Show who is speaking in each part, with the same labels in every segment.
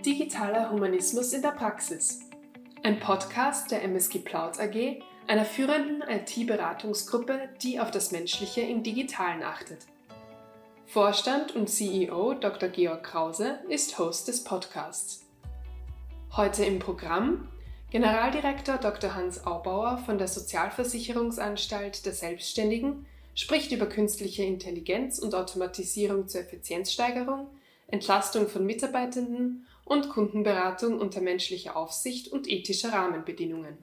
Speaker 1: Digitaler Humanismus in der Praxis. Ein Podcast der MSG Plaut AG, einer führenden IT-Beratungsgruppe, die auf das Menschliche im Digitalen achtet. Vorstand und CEO Dr. Georg Krause ist Host des Podcasts. Heute im Programm Generaldirektor Dr. Hans Aubauer von der Sozialversicherungsanstalt der Selbstständigen spricht über künstliche Intelligenz und Automatisierung zur Effizienzsteigerung, Entlastung von Mitarbeitenden und Kundenberatung unter menschlicher Aufsicht und ethischer Rahmenbedingungen.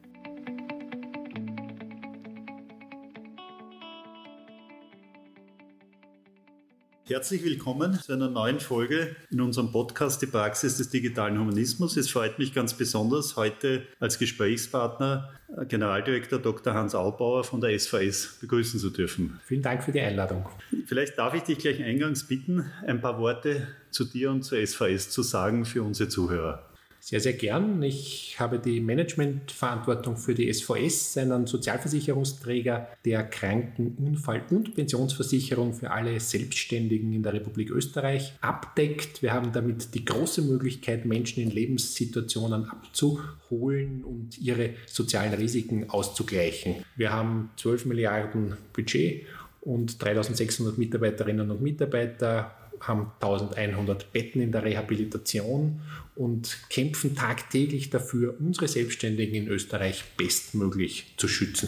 Speaker 2: Herzlich willkommen zu einer neuen Folge in unserem Podcast Die Praxis des digitalen Humanismus. Es freut mich ganz besonders, heute als Gesprächspartner Generaldirektor Dr. Hans Aubauer von der SVS begrüßen zu dürfen.
Speaker 3: Vielen Dank für die Einladung.
Speaker 2: Vielleicht darf ich dich gleich eingangs bitten, ein paar Worte zu dir und zur SVS zu sagen für unsere Zuhörer.
Speaker 3: Sehr, sehr gern. Ich habe die Managementverantwortung für die SVS, einen Sozialversicherungsträger der Kranken-, Unfall- und Pensionsversicherung für alle Selbstständigen in der Republik Österreich abdeckt. Wir haben damit die große Möglichkeit, Menschen in Lebenssituationen abzuholen und ihre sozialen Risiken auszugleichen. Wir haben 12 Milliarden Budget und 3.600 Mitarbeiterinnen und Mitarbeiter, haben 1.100 Betten in der Rehabilitation und kämpfen tagtäglich dafür, unsere Selbstständigen in Österreich bestmöglich zu schützen.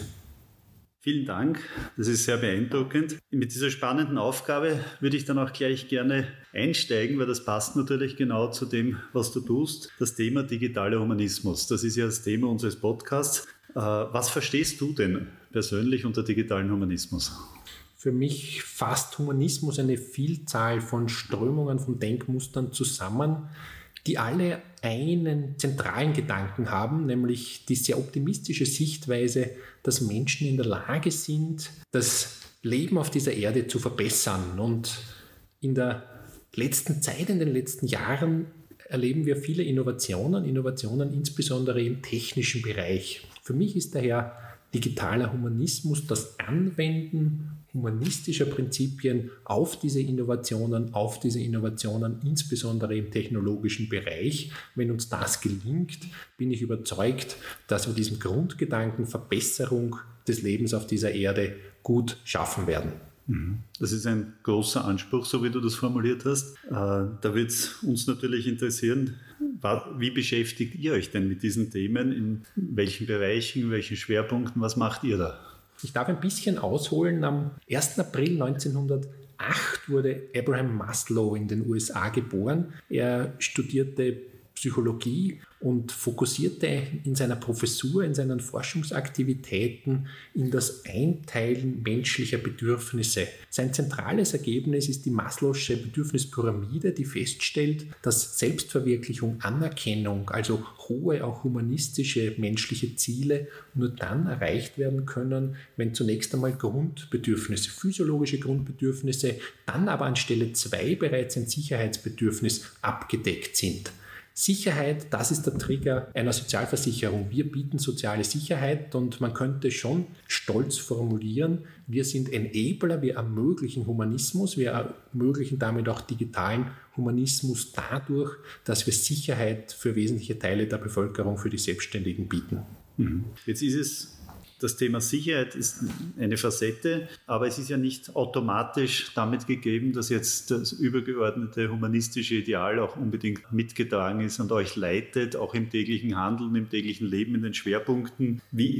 Speaker 2: Vielen Dank, das ist sehr beeindruckend. Mit dieser spannenden Aufgabe würde ich dann auch gleich gerne einsteigen, weil das passt natürlich genau zu dem, was du tust. Das Thema digitaler Humanismus, das ist ja das Thema unseres Podcasts. Was verstehst du denn persönlich unter digitalen Humanismus?
Speaker 3: Für mich fasst Humanismus eine Vielzahl von Strömungen, von Denkmustern zusammen, die alle einen zentralen Gedanken haben, nämlich die sehr optimistische Sichtweise, dass Menschen in der Lage sind, das Leben auf dieser Erde zu verbessern. Und in der letzten Zeit, in den letzten Jahren, erleben wir viele Innovationen insbesondere im technischen Bereich. Für mich ist daher digitaler Humanismus das Anwenden humanistischer Prinzipien auf diese Innovationen, insbesondere im technologischen Bereich. Wenn uns das gelingt, bin ich überzeugt, dass wir diesen Grundgedanken Verbesserung des Lebens auf dieser Erde gut schaffen werden.
Speaker 2: Das ist ein großer Anspruch, so wie du das formuliert hast. Da wird es uns natürlich interessieren, wie beschäftigt ihr euch denn mit diesen Themen? In welchen Bereichen, in welchen Schwerpunkten, was macht ihr da?
Speaker 3: Ich darf ein bisschen ausholen. Am 1. April 1908 wurde Abraham Maslow in den USA geboren. Er studierte Psychologie und fokussierte in seiner Professur, in seinen Forschungsaktivitäten in das Einteilen menschlicher Bedürfnisse. Sein zentrales Ergebnis ist die Maslow'sche Bedürfnispyramide, die feststellt, dass Selbstverwirklichung, Anerkennung, also hohe, auch humanistische menschliche Ziele nur dann erreicht werden können, wenn zunächst einmal Grundbedürfnisse, physiologische Grundbedürfnisse, dann aber an Stelle 2 bereits ein Sicherheitsbedürfnis abgedeckt sind. Sicherheit, das ist der Trigger einer Sozialversicherung. Wir bieten soziale Sicherheit und man könnte schon stolz formulieren, wir sind Enabler, wir ermöglichen Humanismus, wir ermöglichen damit auch digitalen Humanismus dadurch, dass wir Sicherheit für wesentliche Teile der Bevölkerung, für die Selbstständigen bieten.
Speaker 2: Jetzt ist es, das Thema Sicherheit ist eine Facette, aber es ist ja nicht automatisch damit gegeben, dass jetzt das übergeordnete humanistische Ideal auch unbedingt mitgetragen ist und euch leitet, auch im täglichen Handeln, im täglichen Leben, in den Schwerpunkten.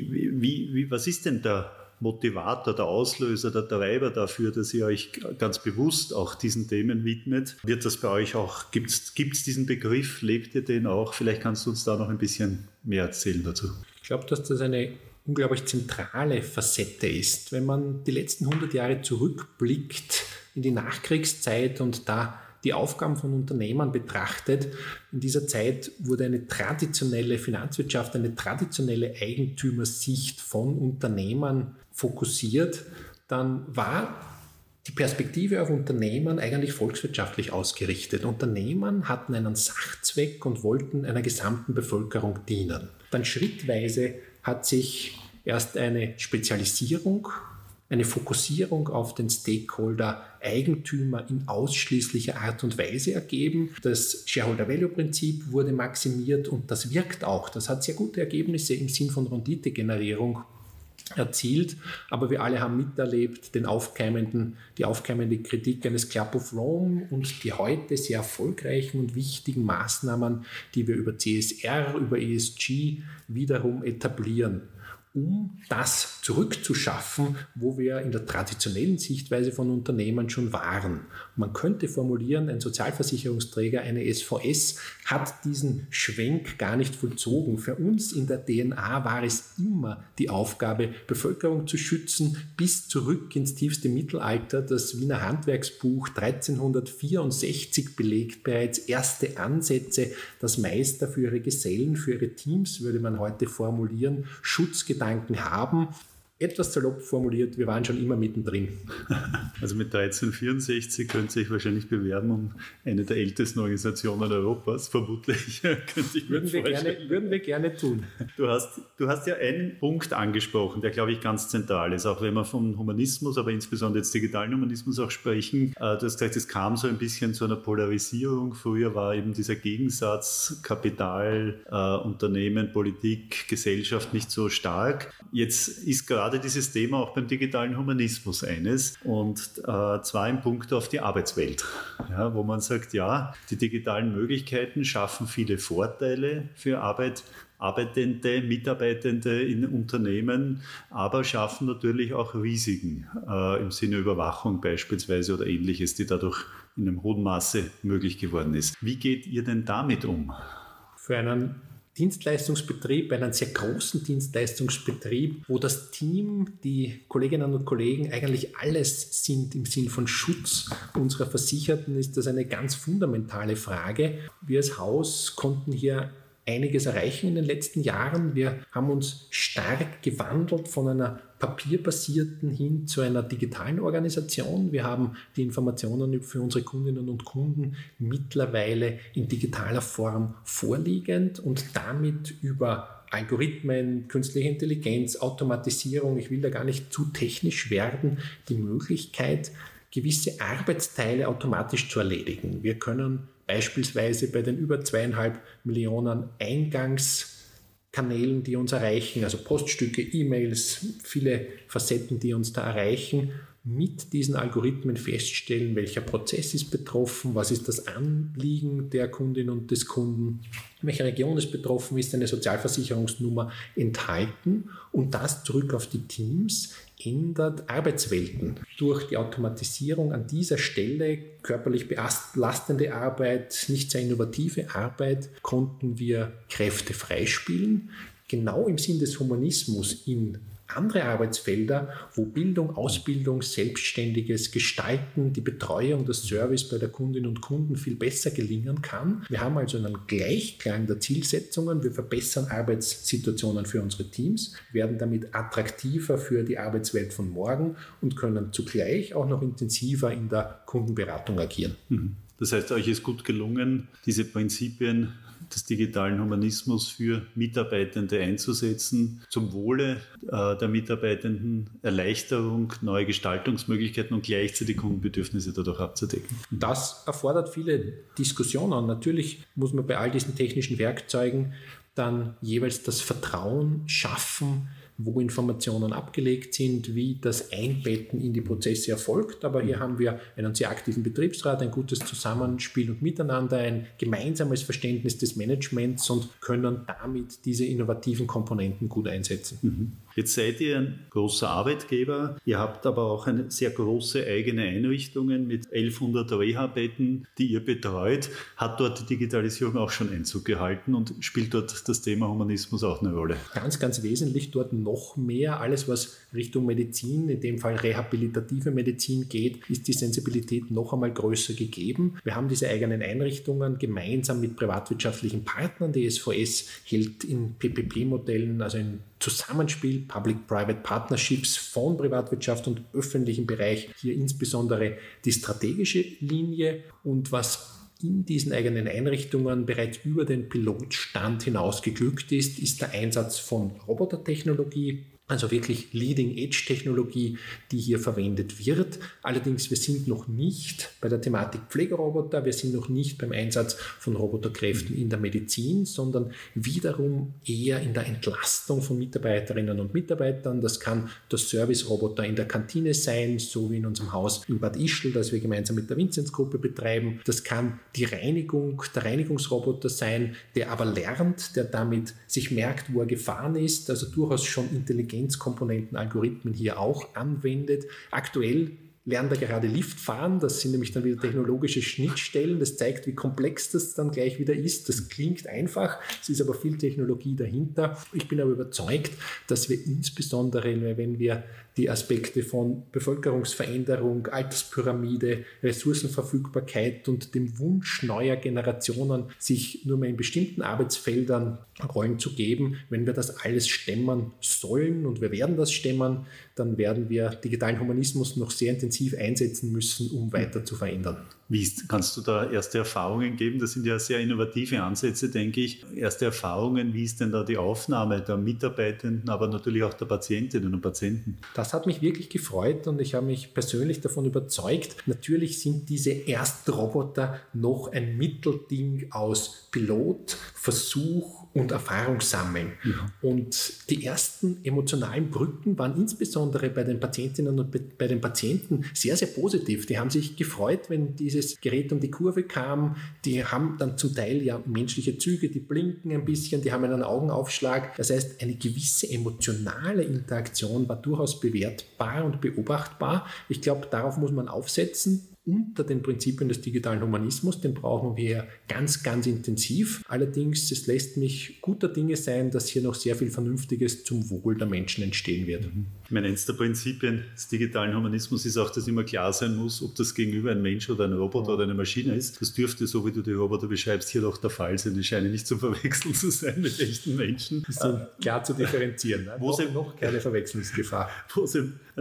Speaker 2: Was ist denn der Motivator, der Auslöser, der Treiber dafür, dass ihr euch ganz bewusst auch diesen Themen widmet? Wird das bei euch auch, gibt's diesen Begriff, lebt ihr den auch? Vielleicht kannst du uns da noch ein bisschen mehr erzählen dazu.
Speaker 3: Ich glaube, dass das eine unglaublich zentrale Facette ist. Wenn man die letzten 100 Jahre zurückblickt in die Nachkriegszeit und da die Aufgaben von Unternehmern betrachtet, in dieser Zeit wurde eine traditionelle Finanzwirtschaft, eine traditionelle Eigentümersicht von Unternehmern fokussiert, dann war die Perspektive auf Unternehmern eigentlich volkswirtschaftlich ausgerichtet. Unternehmern hatten einen Sachzweck und wollten einer gesamten Bevölkerung dienen. Dann schrittweise hat sich erst eine Spezialisierung eine Fokussierung auf den Stakeholder Eigentümer in ausschließlicher Art und Weise ergeben. Das Shareholder-Value-Prinzip wurde maximiert und das wirkt auch. Das hat sehr gute Ergebnisse im Sinn von Renditegenerierung erzielt, aber wir alle haben miterlebt die aufkeimende Kritik eines Club of Rome und die heute sehr erfolgreichen und wichtigen Maßnahmen, die wir über CSR, über ESG wiederum etablieren, um das zurückzuschaffen, wo wir in der traditionellen Sichtweise von Unternehmen schon waren. Man könnte formulieren, ein Sozialversicherungsträger, eine SVS, hat diesen Schwenk gar nicht vollzogen. Für uns in der DNA war es immer die Aufgabe, Bevölkerung zu schützen, bis zurück ins tiefste Mittelalter. Das Wiener Handwerksbuch 1364 belegt bereits erste Ansätze, dass Meister für ihre Gesellen, für ihre Teams, würde man heute formulieren, Schutzgedanken haben. Etwas salopp formuliert, wir waren schon immer mittendrin.
Speaker 2: Also mit 1364 könnte ich wahrscheinlich bewerben um eine der ältesten Organisationen Europas, vermutlich. Könnte ich
Speaker 3: würden wir gerne tun.
Speaker 2: Du hast ja einen Punkt angesprochen, der, glaube ich, ganz zentral ist, auch wenn wir vom Humanismus, aber insbesondere jetzt digitalen Humanismus auch sprechen. Du hast gesagt, es kam so ein bisschen zu einer Polarisierung. Früher war eben dieser Gegensatz Kapital, Unternehmen, Politik, Gesellschaft nicht so stark. Jetzt ist gerade dieses Thema auch beim digitalen Humanismus eines und zwar im Punkt auf die Arbeitswelt, ja, wo man sagt, ja, die digitalen Möglichkeiten schaffen viele Vorteile für Arbeitende, Mitarbeitende in Unternehmen, aber schaffen natürlich auch Risiken im Sinne Überwachung beispielsweise oder Ähnliches, die dadurch in einem hohen Maße möglich geworden ist. Wie geht ihr denn damit um?
Speaker 3: Für einen Dienstleistungsbetrieb, einen sehr großen Dienstleistungsbetrieb, wo das Team, die Kolleginnen und Kollegen eigentlich alles sind im Sinn von Schutz unserer Versicherten, ist das eine ganz fundamentale Frage. Wir als Haus konnten hier einiges erreichen in den letzten Jahren. Wir haben uns stark gewandelt von einer papierbasierten hin zu einer digitalen Organisation. Wir haben die Informationen für unsere Kundinnen und Kunden mittlerweile in digitaler Form vorliegend und damit über Algorithmen, künstliche Intelligenz, Automatisierung, ich will da gar nicht zu technisch werden, die Möglichkeit, gewisse Arbeitsteile automatisch zu erledigen. Wir können beispielsweise bei den über 2,5 Millionen Eingangskanälen, die uns erreichen, also Poststücke, E-Mails, viele Facetten, die uns da erreichen, mit diesen Algorithmen feststellen, welcher Prozess ist betroffen, was ist das Anliegen der Kundin und des Kunden, welche Region ist betroffen, ist eine Sozialversicherungsnummer enthalten und das zurück auf die Teams ändert Arbeitswelten. Durch die Automatisierung an dieser Stelle, körperlich belastende Arbeit, nicht sehr innovative Arbeit, konnten wir Kräfte freispielen, genau im Sinn des Humanismus in andere Arbeitsfelder, wo Bildung, Ausbildung, selbstständiges Gestalten, die Betreuung, das Service bei der Kundin und Kunden viel besser gelingen kann. Wir haben also einen Gleichklang der Zielsetzungen. Wir verbessern Arbeitssituationen für unsere Teams, werden damit attraktiver für die Arbeitswelt von morgen und können zugleich auch noch intensiver in der Kundenberatung agieren.
Speaker 2: Das heißt, euch ist gut gelungen, diese Prinzipien des digitalen Humanismus für Mitarbeitende einzusetzen, zum Wohle der Mitarbeitenden, Erleichterung, neue Gestaltungsmöglichkeiten und gleichzeitig Kundenbedürfnisse dadurch abzudecken.
Speaker 3: Das erfordert viele Diskussionen. Natürlich muss man bei all diesen technischen Werkzeugen dann jeweils das Vertrauen schaffen, wo Informationen abgelegt sind, wie das Einbetten in die Prozesse erfolgt. Aber hier haben wir einen sehr aktiven Betriebsrat, ein gutes Zusammenspiel und Miteinander, ein gemeinsames Verständnis des Managements und können damit diese innovativen Komponenten gut einsetzen.
Speaker 2: Jetzt seid ihr ein großer Arbeitgeber, ihr habt aber auch eine sehr große eigene Einrichtungen mit 1100 Reha-Betten, die ihr betreut. Hat dort die Digitalisierung auch schon Einzug gehalten und spielt dort das Thema Humanismus auch eine Rolle?
Speaker 3: Ganz, ganz wesentlich dort noch mehr. Alles, was Richtung Medizin, in dem Fall rehabilitative Medizin geht, ist die Sensibilität noch einmal größer gegeben. Wir haben diese eigenen Einrichtungen gemeinsam mit privatwirtschaftlichen Partnern. Die SVS hält in PPP-Modellen, also in Zusammenspiel, Public-Private Partnerships von Privatwirtschaft und öffentlichem Bereich, hier insbesondere die strategische Linie und was in diesen eigenen Einrichtungen bereits über den Pilotstand hinaus geglückt ist, ist der Einsatz von Robotertechnologie. Also wirklich Leading-Edge-Technologie, die hier verwendet wird. Allerdings, wir sind noch nicht bei der Thematik Pflegeroboter, wir sind noch nicht beim Einsatz von Roboterkräften in der Medizin, sondern wiederum eher in der Entlastung von Mitarbeiterinnen und Mitarbeitern. Das kann der Service-Roboter in der Kantine sein, so wie in unserem Haus in Bad Ischl, das wir gemeinsam mit der Vinzenzgruppe betreiben. Das kann die Reinigung, der Reinigungsroboter sein, der aber lernt, der damit sich merkt, wo er gefahren ist, also durchaus schon Intelligenzkomponenten, Algorithmen hier auch anwendet. Aktuell lernt er gerade Lift fahren, das sind nämlich dann wieder technologische Schnittstellen, das zeigt, wie komplex das dann gleich wieder ist. Das klingt einfach, es ist aber viel Technologie dahinter. Ich bin aber überzeugt, dass wir insbesondere, wenn wir die Aspekte von Bevölkerungsveränderung, Alterspyramide, Ressourcenverfügbarkeit und dem Wunsch neuer Generationen, sich nur mehr in bestimmten Arbeitsfeldern Rollen zu geben, wenn wir das alles stemmen sollen und wir werden das stemmen, dann werden wir digitalen Humanismus noch sehr intensiv einsetzen müssen, um weiter zu verändern.
Speaker 2: Kannst du da erste Erfahrungen geben? Das sind ja sehr innovative Ansätze, denke ich. Erste Erfahrungen, wie ist denn da die Aufnahme der Mitarbeitenden, aber natürlich auch der Patientinnen und Patienten?
Speaker 3: Das hat mich wirklich gefreut und ich habe mich persönlich davon überzeugt. Natürlich sind diese Erstroboter noch ein Mittelding aus Pilot, Versuch und Erfahrung sammeln. Ja. Und die ersten emotionalen Brücken waren insbesondere bei den Patientinnen und bei den Patienten sehr, sehr positiv. Die haben sich gefreut, wenn dieses Gerät um die Kurve kam. Die haben dann zum Teil ja menschliche Züge, die blinken ein bisschen, die haben einen Augenaufschlag. Das heißt, eine gewisse emotionale Interaktion war durchaus bewertbar und beobachtbar. Ich glaube, darauf muss man aufsetzen. Unter den Prinzipien des digitalen Humanismus, den brauchen wir ganz, ganz intensiv. Allerdings, es lässt mich guter Dinge sein, dass hier noch sehr viel Vernünftiges zum Wohl der Menschen entstehen wird.
Speaker 2: Eines der Prinzipien des digitalen Humanismus ist auch, dass immer klar sein muss, ob das gegenüber ein Mensch oder ein Roboter oder eine Maschine ist. Das dürfte, so wie du die Roboter beschreibst, hier doch der Fall sein. Die scheinen nicht zu verwechseln zu sein mit echten Menschen.
Speaker 3: Die sind klar zu differenzieren. Noch keine Verwechslungsgefahr.
Speaker 2: Wo es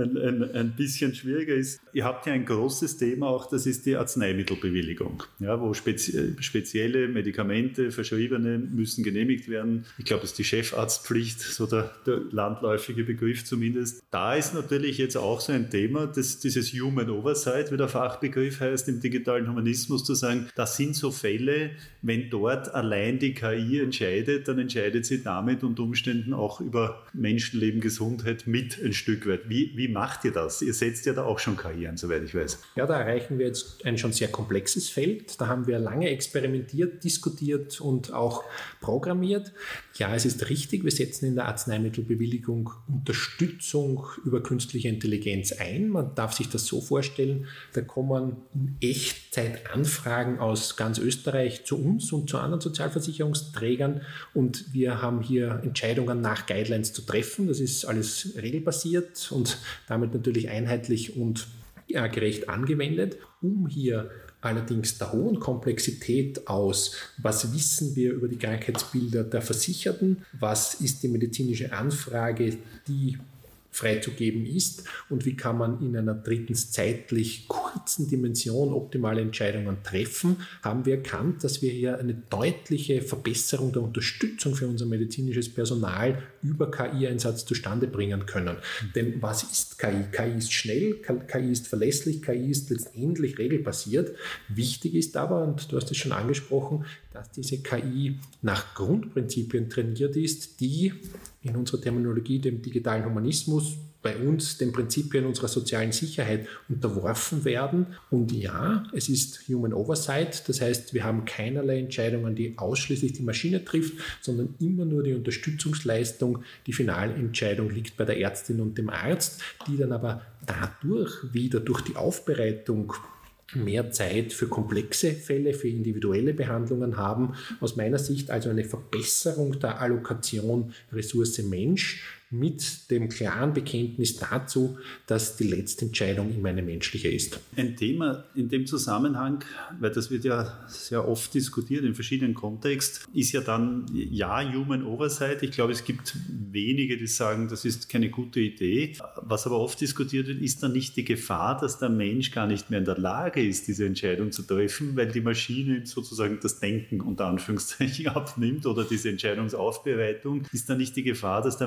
Speaker 2: ein bisschen schwieriger ist. Ihr habt ja ein großes Thema auch, das ist die Arzneimittelbewilligung, ja, wo spezielle Medikamente, verschriebene, müssen genehmigt werden. Ich glaube, das ist die Chefarztpflicht, so der landläufige Begriff zumindest. Da ist natürlich jetzt auch so ein Thema, dieses Human Oversight, wie der Fachbegriff heißt, im digitalen Humanismus, zu sagen, das sind so Fälle, wenn dort allein die KI entscheidet, dann entscheidet sie damit unter Umständen auch über Menschenleben, Gesundheit mit ein Stück weit. Wie macht ihr das? Ihr setzt ja da auch schon KI ein, soweit ich weiß.
Speaker 3: Ja, da erreichen wir jetzt ein schon sehr komplexes Feld. Da haben wir lange experimentiert, diskutiert und auch programmiert. Ja, es ist richtig, wir setzen in der Arzneimittelbewilligung Unterstützung über künstliche Intelligenz ein. Man darf sich das so vorstellen, da kommen in Echtzeit Anfragen aus ganz Österreich zu uns und zu anderen Sozialversicherungsträgern und wir haben hier Entscheidungen nach Guidelines zu treffen. Das ist alles regelbasiert und damit natürlich einheitlich und gerecht angewendet, um hier allerdings der hohen Komplexität aus, was wissen wir über die Krankheitsbilder der Versicherten, was ist die medizinische Anfrage, die freizugeben ist und wie kann man in einer drittens zeitlich kurzen Dimension optimale Entscheidungen treffen, haben wir erkannt, dass wir hier eine deutliche Verbesserung der Unterstützung für unser medizinisches Personal über KI-Einsatz zustande bringen können. Denn was ist KI? KI ist schnell, KI ist verlässlich, KI ist letztendlich regelbasiert. Wichtig ist aber, und du hast es schon angesprochen, dass diese KI nach Grundprinzipien trainiert ist, die in unserer Terminologie dem digitalen Humanismus, bei uns den Prinzipien unserer sozialen Sicherheit unterworfen werden. Und ja, es ist Human Oversight, das heißt, wir haben keinerlei Entscheidungen, die ausschließlich die Maschine trifft, sondern immer nur die Unterstützungsleistung. Die finale Entscheidung liegt bei der Ärztin und dem Arzt, die dann aber dadurch wieder durch die Aufbereitung mehr Zeit für komplexe Fälle, für individuelle Behandlungen haben. Aus meiner Sicht also eine Verbesserung der Allokation Ressource Mensch mit dem klaren Bekenntnis dazu, dass die letzte Entscheidung immer eine menschliche ist.
Speaker 2: Ein Thema in dem Zusammenhang, weil das wird ja sehr oft diskutiert in verschiedenen Kontexten, ist ja dann, ja, Human Oversight. Ich glaube, es gibt wenige, die sagen, das ist keine gute Idee. Was aber oft diskutiert wird, ist dann nicht die Gefahr, dass der Mensch gar nicht mehr in der Lage ist, diese Entscheidung zu treffen, weil die Maschine sozusagen das Denken unter Anführungszeichen abnimmt oder diese Entscheidungsaufbereitung. Ist dann nicht die Gefahr, dass der Mensch dann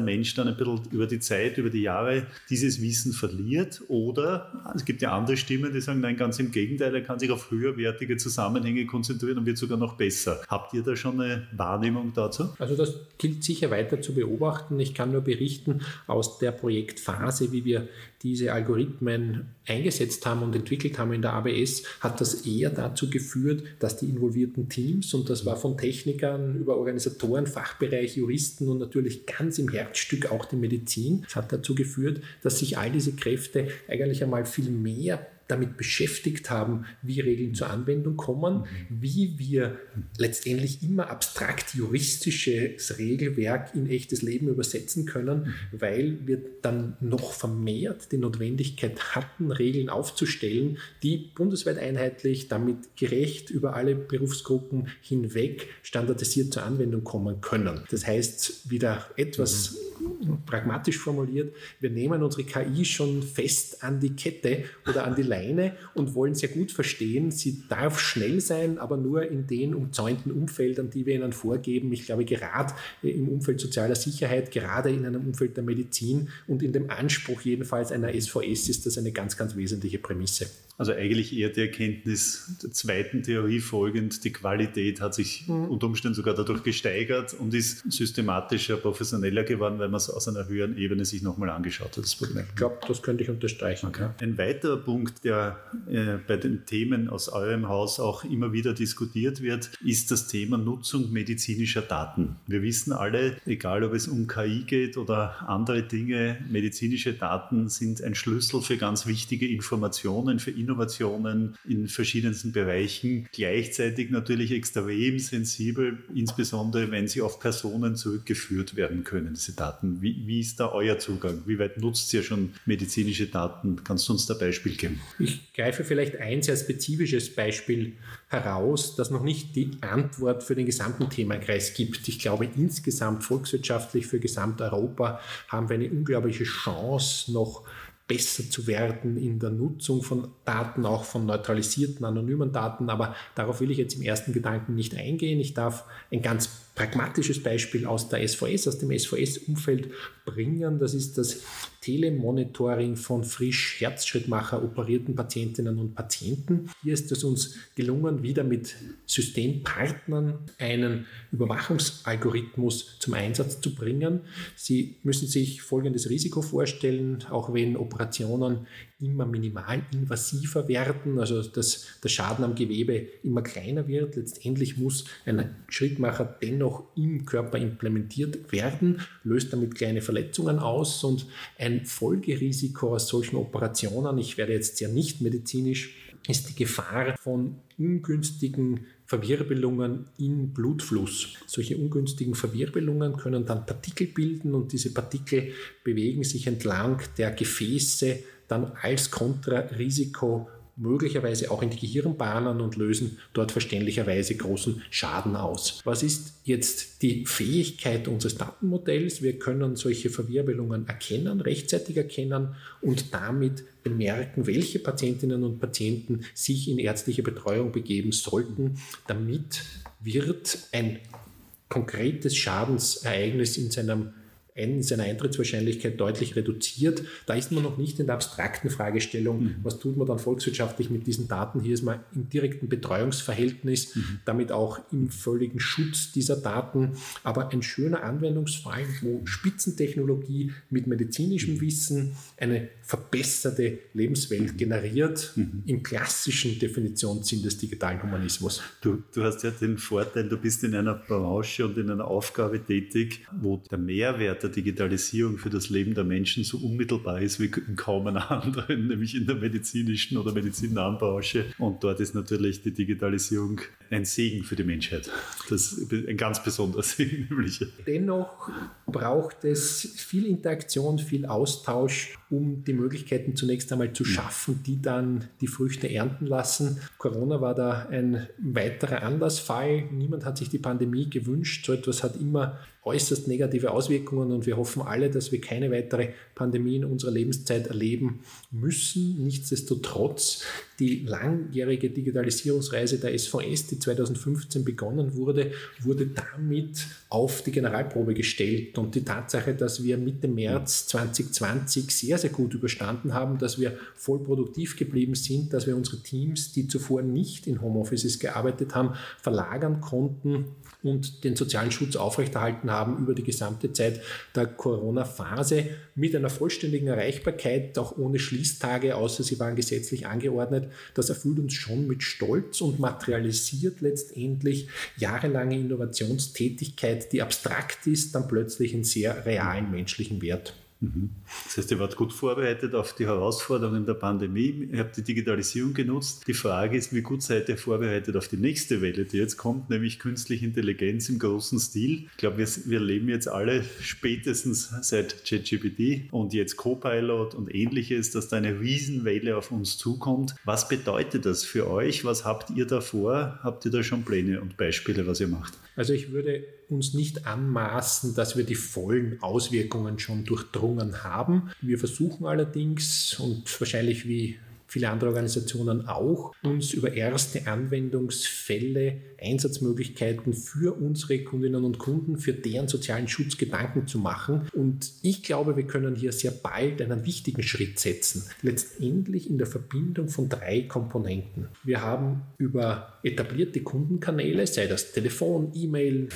Speaker 2: dann ein bisschen über die Zeit, über die Jahre dieses Wissen verliert. Oder es gibt ja andere Stimmen, die sagen, nein, ganz im Gegenteil, er kann sich auf höherwertige Zusammenhänge konzentrieren und wird sogar noch besser. Habt ihr da schon eine Wahrnehmung dazu?
Speaker 3: Also das gilt sicher weiter zu beobachten. Ich kann nur berichten aus der Projektphase, wie wir diese Algorithmen eingesetzt haben und entwickelt haben in der ABS, hat das eher dazu geführt, dass die involvierten Teams, und das war von Technikern über Organisatoren, Fachbereich, Juristen und natürlich ganz im Herzstück auch die Medizin, das hat dazu geführt, dass sich all diese Kräfte eigentlich einmal viel mehr damit beschäftigt haben, wie Regeln zur Anwendung kommen, wie wir letztendlich immer abstrakt juristisches Regelwerk in echtes Leben übersetzen können, weil wir dann noch vermehrt die Notwendigkeit hatten, Regeln aufzustellen, die bundesweit einheitlich, damit gerecht über alle Berufsgruppen hinweg standardisiert zur Anwendung kommen können. Das heißt, wieder etwas pragmatisch formuliert, wir nehmen unsere KI schon fest an die Kette oder an die Leine und wollen sehr gut verstehen, sie darf schnell sein, aber nur in den umzäunten Umfeldern, die wir ihnen vorgeben. Ich glaube, gerade im Umfeld sozialer Sicherheit, gerade in einem Umfeld der Medizin und in dem Anspruch jedenfalls einer SVS ist das eine ganz, ganz wesentliche Prämisse.
Speaker 2: Also eigentlich eher die Erkenntnis der zweiten Theorie folgend, die Qualität hat sich unter Umständen sogar dadurch gesteigert und ist systematischer, professioneller geworden, weil man es aus einer höheren Ebene sich nochmal angeschaut hat. Das Problem.
Speaker 3: Ich glaube, das könnte ich unterstreichen.
Speaker 2: Okay. Ein weiterer Punkt, der bei den Themen aus eurem Haus auch immer wieder diskutiert wird, ist das Thema Nutzung medizinischer Daten. Wir wissen alle, egal ob es um KI geht oder andere Dinge, medizinische Daten sind ein Schlüssel für ganz wichtige Informationen, für Innovationen in verschiedensten Bereichen, gleichzeitig natürlich extrem sensibel, insbesondere wenn sie auf Personen zurückgeführt werden können, diese Daten. Wie ist da euer Zugang? Wie weit nutzt ihr schon medizinische Daten? Kannst du uns da ein Beispiel geben?
Speaker 3: Ich greife vielleicht ein sehr spezifisches Beispiel heraus, das noch nicht die Antwort für den gesamten Themenkreis gibt. Ich glaube, insgesamt volkswirtschaftlich für Gesamteuropa haben wir eine unglaubliche Chance, noch besser zu werden in der Nutzung von Daten, auch von neutralisierten, anonymen Daten. Aber darauf will ich jetzt im ersten Gedanken nicht eingehen. Ich darf ein ganz pragmatisches Beispiel aus der SVS, aus dem SVS-Umfeld bringen. Das ist das Telemonitoring von frisch Herzschrittmacher operierten Patientinnen und Patienten. Hier ist es uns gelungen, wieder mit Systempartnern einen Überwachungsalgorithmus zum Einsatz zu bringen. Sie müssen sich folgendes Risiko vorstellen, auch wenn Operationen immer minimal invasiver werden, also dass der Schaden am Gewebe immer kleiner wird. Letztendlich muss ein Schrittmacher dennoch im Körper implementiert werden, löst damit kleine Verletzungen aus und ein Folgerisiko aus solchen Operationen, ich werde jetzt sehr nicht medizinisch, ist die Gefahr von ungünstigen Verwirbelungen im Blutfluss. Solche ungünstigen Verwirbelungen können dann Partikel bilden und diese Partikel bewegen sich entlang der Gefäße dann als Kontrarisiko möglicherweise auch in die Gehirnbahnen und lösen dort verständlicherweise großen Schaden aus. Was ist jetzt die Fähigkeit unseres Datenmodells? Wir können solche Verwirbelungen erkennen, rechtzeitig erkennen und damit bemerken, welche Patientinnen und Patienten sich in ärztliche Betreuung begeben sollten. Damit wird ein konkretes Schadensereignis in seiner Eintrittswahrscheinlichkeit deutlich reduziert. Da ist man noch nicht in der abstrakten Fragestellung, was tut man dann volkswirtschaftlich mit diesen Daten. Hier ist man im direkten Betreuungsverhältnis, damit auch im völligen Schutz dieser Daten. Aber ein schöner Anwendungsfall, wo Spitzentechnologie mit medizinischem Wissen eine verbesserte Lebenswelt generiert, im klassischen Definitionssinn des digitalen Humanismus.
Speaker 2: Du hast ja den Vorteil, du bist in einer Branche und in einer Aufgabe tätig, wo der Mehrwert der Digitalisierung für das Leben der Menschen so unmittelbar ist wie in kaum einer anderen, nämlich in der medizinischen oder medizinnahen Branche. Und dort ist natürlich die Digitalisierung ein Segen für die Menschheit. Das ist ein ganz besonderer Segen, nämlich.
Speaker 3: Dennoch braucht es viel Interaktion, viel Austausch, um die Möglichkeiten zunächst einmal zu schaffen, die dann die Früchte ernten lassen. Corona war da ein weiterer Anlassfall. Niemand hat sich die Pandemie gewünscht. So etwas hat immer äußerst negative Auswirkungen und wir hoffen alle, dass wir keine weitere Pandemie in unserer Lebenszeit erleben müssen. Nichtsdestotrotz, die langjährige Digitalisierungsreise der SVS, die 2015 begonnen wurde damit auf die Generalprobe gestellt. Und die Tatsache, dass wir Mitte März 2020 sehr, sehr gut überstanden haben, dass wir voll produktiv geblieben sind, dass wir unsere Teams, die zuvor nicht in Homeoffices gearbeitet haben, verlagern konnten und den sozialen Schutz aufrechterhalten haben über die gesamte Zeit der Corona-Phase mit einer vollständigen Erreichbarkeit, auch ohne Schließtage, außer sie waren gesetzlich angeordnet. Das erfüllt uns schon mit Stolz und materialisiert letztendlich jahrelange Innovationstätigkeit, die abstrakt ist, dann plötzlich einen sehr realen menschlichen Wert.
Speaker 2: Das heißt, ihr wart gut vorbereitet auf die Herausforderungen der Pandemie. Ihr habt die Digitalisierung genutzt. Die Frage ist, wie gut seid ihr vorbereitet auf die nächste Welle, die jetzt kommt, nämlich künstliche Intelligenz im großen Stil. Ich glaube, wir leben jetzt alle spätestens seit ChatGPT und jetzt Copilot und Ähnliches, dass da eine Riesenwelle auf uns zukommt. Was bedeutet das für euch? Was habt ihr da vor? Habt ihr da schon Pläne und Beispiele, was ihr macht?
Speaker 3: Also ich würde uns nicht anmaßen, dass wir die vollen Auswirkungen schon durchdrungen haben. Wir versuchen allerdings und wahrscheinlich wie viele andere Organisationen auch, uns über erste Anwendungsfälle, Einsatzmöglichkeiten für unsere Kundinnen und Kunden, für deren sozialen Schutz Gedanken zu machen. Und ich glaube, wir können hier sehr bald einen wichtigen Schritt setzen. Letztendlich in der Verbindung von 3 Komponenten. Wir haben über etablierte Kundenkanäle, sei das Telefon, E-Mail,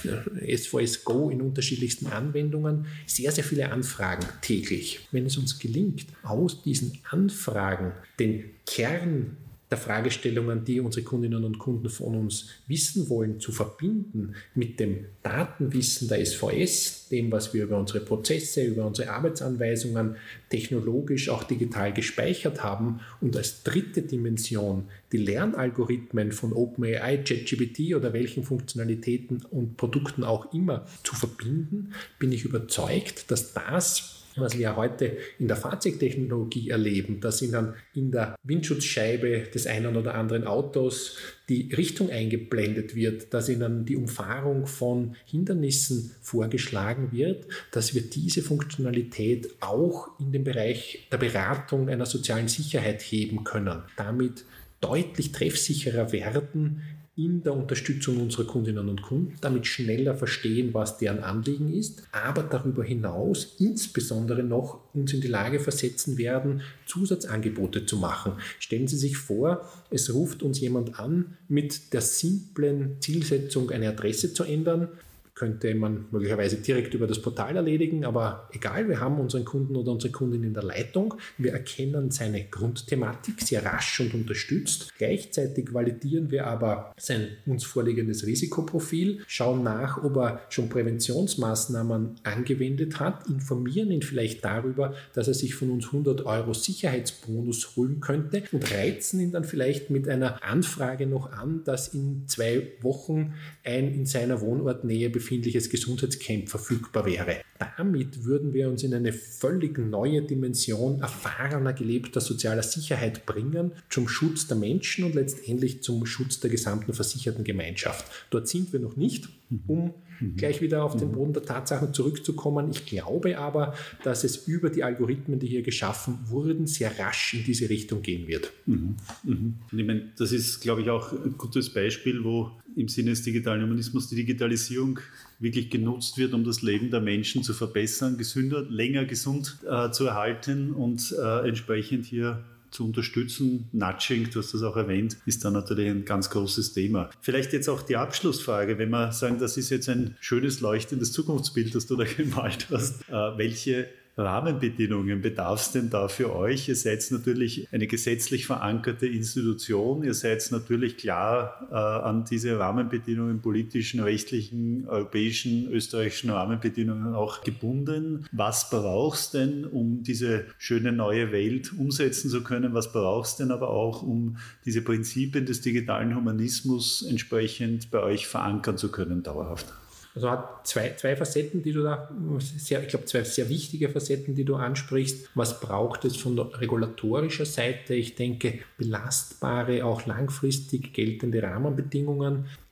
Speaker 3: SVS Go in unterschiedlichsten Anwendungen, sehr, sehr viele Anfragen täglich. Wenn es uns gelingt, aus diesen Anfragen den Kern der Fragestellungen, die unsere Kundinnen und Kunden von uns wissen wollen, zu verbinden mit dem Datenwissen der SVS, dem, was wir über unsere Prozesse, über unsere Arbeitsanweisungen technologisch auch digital gespeichert haben und als dritte Dimension die Lernalgorithmen von OpenAI, ChatGPT oder welchen Funktionalitäten und Produkten auch immer zu verbinden, bin ich überzeugt, dass das, was wir heute in der Fahrzeugtechnologie erleben, dass Ihnen in der Windschutzscheibe des einen oder anderen Autos die Richtung eingeblendet wird, dass Ihnen die Umfahrung von Hindernissen vorgeschlagen wird, dass wir diese Funktionalität auch in den Bereich der Beratung einer sozialen Sicherheit heben können, damit deutlich treffsicherer werden in der Unterstützung unserer Kundinnen und Kunden, damit schneller verstehen, was deren Anliegen ist, aber darüber hinaus insbesondere noch uns in die Lage versetzen werden, Zusatzangebote zu machen. Stellen Sie sich vor, es ruft uns jemand an mit der simplen Zielsetzung, eine Adresse zu ändern. Könnte man möglicherweise direkt über das Portal erledigen, aber egal, wir haben unseren Kunden oder unsere Kundin in der Leitung. Wir erkennen seine Grundthematik sehr rasch und unterstützt. Gleichzeitig validieren wir aber sein uns vorliegendes Risikoprofil, schauen nach, ob er schon Präventionsmaßnahmen angewendet hat, informieren ihn vielleicht darüber, dass er sich von uns 100 € Sicherheitsbonus holen könnte und reizen ihn dann vielleicht mit einer Anfrage noch an, dass in 2 Wochen ein in seiner Wohnortnähe befindliches Gesundheitscamp verfügbar wäre. Damit würden wir uns in eine völlig neue Dimension erfahrener, gelebter sozialer Sicherheit bringen, zum Schutz der Menschen und letztendlich zum Schutz der gesamten versicherten Gemeinschaft. Dort sind wir noch nicht, um gleich wieder auf den Boden der Tatsachen zurückzukommen. Ich glaube aber, dass es über die Algorithmen, die hier geschaffen wurden, sehr rasch in diese Richtung gehen wird.
Speaker 2: Und ich meine, das ist, glaube ich, auch ein gutes Beispiel, wo im Sinne des digitalen Humanismus die Digitalisierung wirklich genutzt wird, um das Leben der Menschen zu verbessern, gesünder, länger gesund zu erhalten und entsprechend hier zu unterstützen. Nudging, du hast das auch erwähnt, ist dann natürlich ein ganz großes Thema. Vielleicht jetzt auch die Abschlussfrage, wenn wir sagen, das ist jetzt ein schönes, leuchtendes Zukunftsbild, das du da gemalt hast. Welche Rahmenbedingungen bedarf es denn da für euch? Ihr seid natürlich eine gesetzlich verankerte Institution. Ihr seid natürlich klar an diese Rahmenbedingungen, politischen, rechtlichen, europäischen, österreichischen Rahmenbedingungen auch gebunden. Was brauchst denn, um diese schöne neue Welt umsetzen zu können? Was brauchst denn aber auch, um diese Prinzipien des digitalen Humanismus entsprechend bei euch verankern zu können, dauerhaft?
Speaker 3: Also hat zwei Facetten, die du da, ich glaube, 2 sehr wichtige Facetten, die du ansprichst. Was braucht es von regulatorischer Seite? Ich denke, belastbare, auch langfristig geltende Rahmenbedingungen.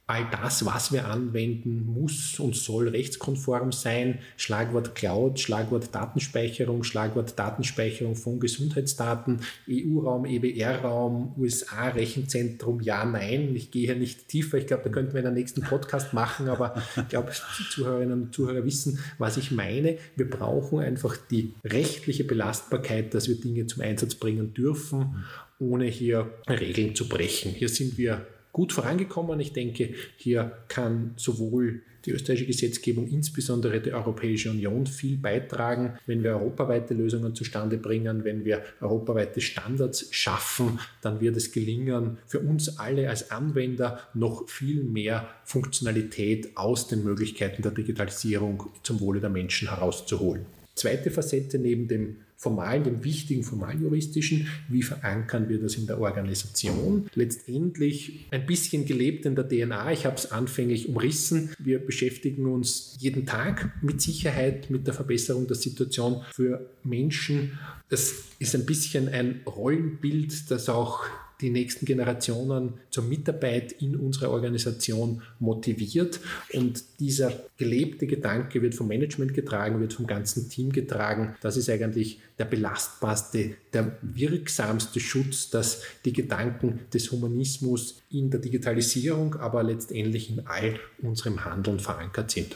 Speaker 3: all das, was wir anwenden, muss und soll rechtskonform sein. Schlagwort Cloud, Schlagwort Datenspeicherung, Schlagwort Datenspeicherung von Gesundheitsdaten, EU-Raum, EBR-Raum, USA, Rechenzentrum, ja, nein. Ich gehe hier nicht tiefer. Ich glaube, da könnten wir in der nächsten Podcast machen, aber ich glaube, die Zuhörerinnen und Zuhörer wissen, was ich meine. Wir brauchen einfach die rechtliche Belastbarkeit, dass wir Dinge zum Einsatz bringen dürfen, ohne hier Regeln zu brechen. Hier sind wir gut vorangekommen. Ich denke, hier kann sowohl die österreichische Gesetzgebung, insbesondere die Europäische Union, viel beitragen, wenn wir europaweite Lösungen zustande bringen, wenn wir europaweite Standards schaffen, dann wird es gelingen, für uns alle als Anwender noch viel mehr Funktionalität aus den Möglichkeiten der Digitalisierung zum Wohle der Menschen herauszuholen. Zweite Facette neben dem formalen, dem wichtigen formaljuristischen, wie verankern wir das in der Organisation? Letztendlich ein bisschen gelebt in der DNA, ich habe es anfänglich umrissen. Wir beschäftigen uns jeden Tag mit Sicherheit, mit der Verbesserung der Situation für Menschen. Das ist ein bisschen ein Rollenbild, das auch die nächsten Generationen zur Mitarbeit in unserer Organisation motiviert. Und dieser gelebte Gedanke wird vom Management getragen, wird vom ganzen Team getragen. Das ist eigentlich der belastbarste, der wirksamste Schutz, dass die Gedanken des Humanismus in der Digitalisierung, aber letztendlich in all unserem Handeln verankert sind.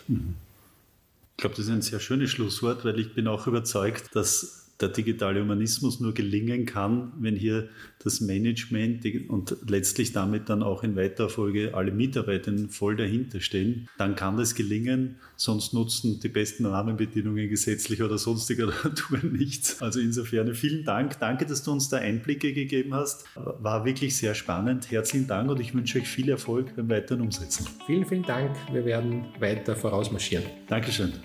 Speaker 2: Ich glaube, das ist ein sehr schönes Schlusswort, weil ich bin auch überzeugt, dass der digitale Humanismus nur gelingen kann, wenn hier das Management und letztlich damit dann auch in weiterer Folge alle Mitarbeiter voll dahinter stehen. Dann kann das gelingen, sonst nutzen die besten Rahmenbedingungen gesetzlich oder sonstiger Natur nichts. Also insofern vielen Dank. Danke, dass du uns da Einblicke gegeben hast. War wirklich sehr spannend. Herzlichen Dank und ich wünsche euch viel Erfolg beim weiteren Umsetzen.
Speaker 3: Vielen, vielen Dank. Wir werden weiter vorausmarschieren.
Speaker 2: Dankeschön.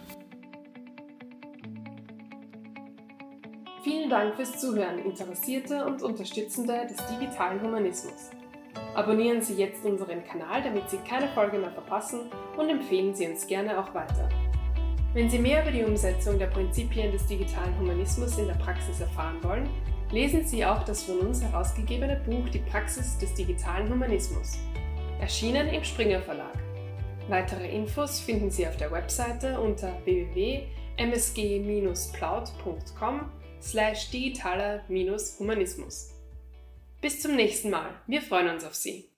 Speaker 1: Vielen Dank fürs Zuhören, Interessierte und Unterstützende des digitalen Humanismus. Abonnieren Sie jetzt unseren Kanal, damit Sie keine Folge mehr verpassen und empfehlen Sie uns gerne auch weiter. Wenn Sie mehr über die Umsetzung der Prinzipien des digitalen Humanismus in der Praxis erfahren wollen, lesen Sie auch das von uns herausgegebene Buch Die Praxis des digitalen Humanismus, erschienen im Springer Verlag. Weitere Infos finden Sie auf der Webseite unter www.msg-plaut.com/digitaler-humanismus. Bis zum nächsten Mal. Wir freuen uns auf Sie.